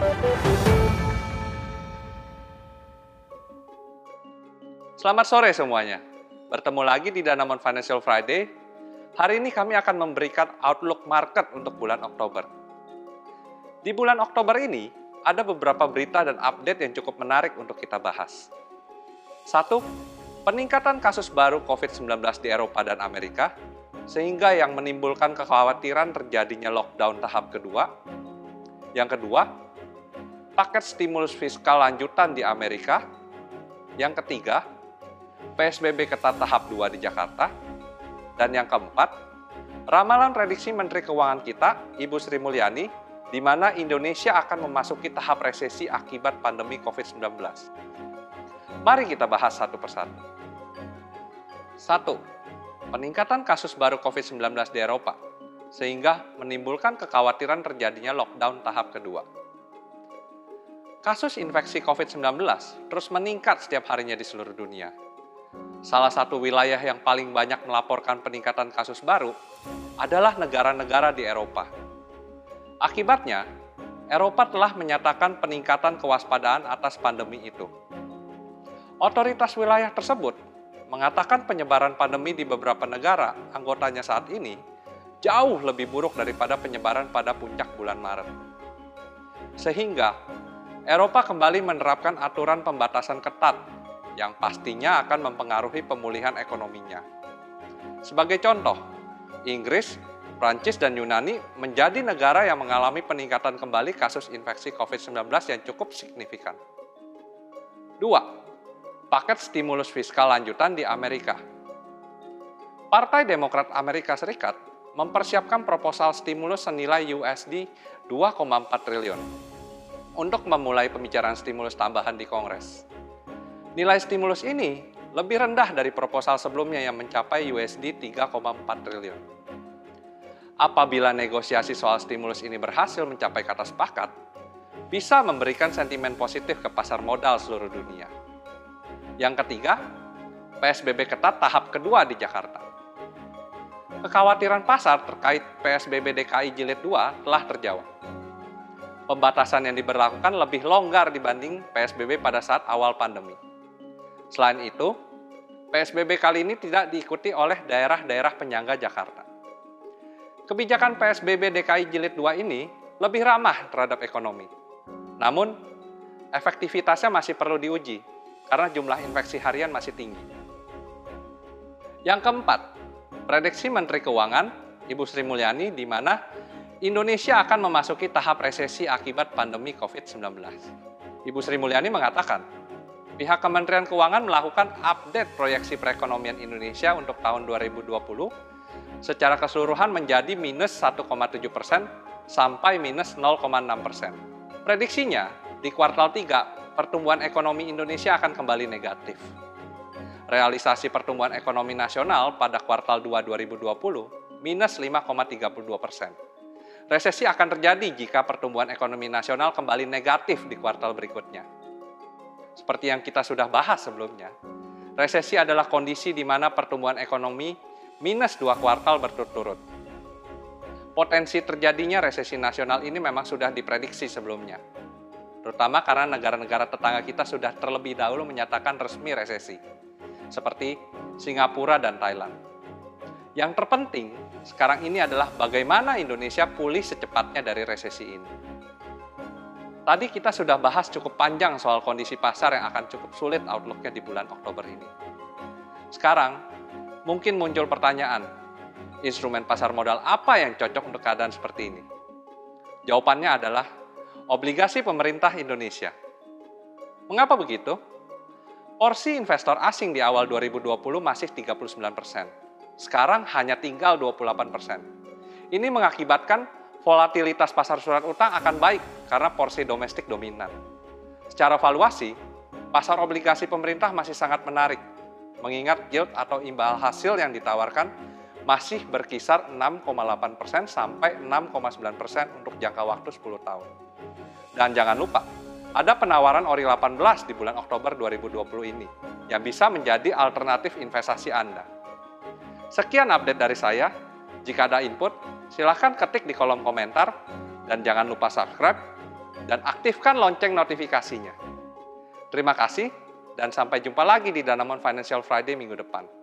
Selamat sore semuanya. Bertemu lagi di Danamon Financial Friday. Hari ini kami akan memberikan outlook market untuk bulan Oktober. Di bulan Oktober ini, ada beberapa berita dan update yang cukup menarik untuk kita bahas. 1. Peningkatan kasus baru COVID-19 di Eropa dan Amerika, sehingga yang menimbulkan kekhawatiran terjadinya lockdown tahap kedua. Yang kedua, paket stimulus fiskal lanjutan di Amerika. Yang ketiga, PSBB ketat tahap 2 di Jakarta. Dan yang keempat, ramalan prediksi Menteri Keuangan kita, Ibu Sri Mulyani, di mana Indonesia akan memasuki tahap resesi akibat pandemi COVID-19. Mari kita bahas satu persatu. 1. Peningkatan kasus baru COVID-19 di Eropa, sehingga menimbulkan kekhawatiran terjadinya lockdown tahap kedua. Kasus infeksi COVID-19 terus meningkat setiap harinya di seluruh dunia. Salah satu wilayah yang paling banyak melaporkan peningkatan kasus baru adalah negara-negara di Eropa. Akibatnya, Eropa telah menyatakan peningkatan kewaspadaan atas pandemi itu. Otoritas wilayah tersebut mengatakan penyebaran pandemi di beberapa negara anggotanya saat ini jauh lebih buruk daripada penyebaran pada puncak bulan Maret. Sehingga, Eropa kembali menerapkan aturan pembatasan ketat yang pastinya akan mempengaruhi pemulihan ekonominya. Sebagai contoh, Inggris, Prancis, dan Yunani menjadi negara yang mengalami peningkatan kembali kasus infeksi COVID-19 yang cukup signifikan. 2. Paket stimulus fiskal lanjutan di Amerika. Partai Demokrat Amerika Serikat mempersiapkan proposal stimulus senilai USD 2,4 triliun untuk memulai pembicaraan stimulus tambahan di Kongres. Nilai stimulus ini lebih rendah dari proposal sebelumnya yang mencapai USD 3,4 triliun. Apabila negosiasi soal stimulus ini berhasil mencapai kata sepakat, bisa memberikan sentimen positif ke pasar modal seluruh dunia. Yang ketiga, PSBB ketat tahap kedua di Jakarta. Kekhawatiran pasar terkait PSBB DKI Jilid 2 telah terjawab. Pembatasan yang diberlakukan lebih longgar dibanding PSBB pada saat awal pandemi. Selain itu, PSBB kali ini tidak diikuti oleh daerah-daerah penyangga Jakarta. Kebijakan PSBB DKI Jilid 2 ini lebih ramah terhadap ekonomi. Namun, efektivitasnya masih perlu diuji karena jumlah infeksi harian masih tinggi. Yang keempat, prediksi Menteri Keuangan, Ibu Sri Mulyani, di mana Indonesia akan memasuki tahap resesi akibat pandemi COVID-19. Ibu Sri Mulyani mengatakan, pihak Kementerian Keuangan melakukan update proyeksi perekonomian Indonesia untuk tahun 2020 secara keseluruhan menjadi minus 1,7% sampai minus 0,6%. Prediksinya, di kuartal 3, pertumbuhan ekonomi Indonesia akan kembali negatif. Realisasi pertumbuhan ekonomi nasional pada kuartal 2 2020 minus 5,32%. Resesi akan terjadi jika pertumbuhan ekonomi nasional kembali negatif di kuartal berikutnya. Seperti yang kita sudah bahas sebelumnya, resesi adalah kondisi di mana pertumbuhan ekonomi minus 2 kuartal berturut-turut. Potensi terjadinya resesi nasional ini memang sudah diprediksi sebelumnya, terutama karena negara-negara tetangga kita sudah terlebih dahulu menyatakan resmi resesi, seperti Singapura dan Thailand. Yang terpenting sekarang ini adalah bagaimana Indonesia pulih secepatnya dari resesi ini. Tadi kita sudah bahas cukup panjang soal kondisi pasar yang akan cukup sulit outlook-nya di bulan Oktober ini. Sekarang, mungkin muncul pertanyaan, instrumen pasar modal apa yang cocok untuk keadaan seperti ini? Jawabannya adalah obligasi pemerintah Indonesia. Mengapa begitu? Porsi investor asing di awal 2020 masih 39%. Sekarang hanya tinggal 28%. Ini mengakibatkan volatilitas pasar surat utang akan baik karena porsi domestik dominan. Secara valuasi, pasar obligasi pemerintah masih sangat menarik, mengingat yield atau imbal hasil yang ditawarkan masih berkisar 6,8% sampai 6,9% untuk jangka waktu 10 tahun. Dan jangan lupa, ada penawaran ORI 18 di bulan Oktober 2020 ini yang bisa menjadi alternatif investasi Anda. Sekian update dari saya. Jika ada input, silahkan ketik di kolom komentar dan jangan lupa subscribe dan aktifkan lonceng notifikasinya. Terima kasih dan sampai jumpa lagi di Danamon Financial Friday minggu depan.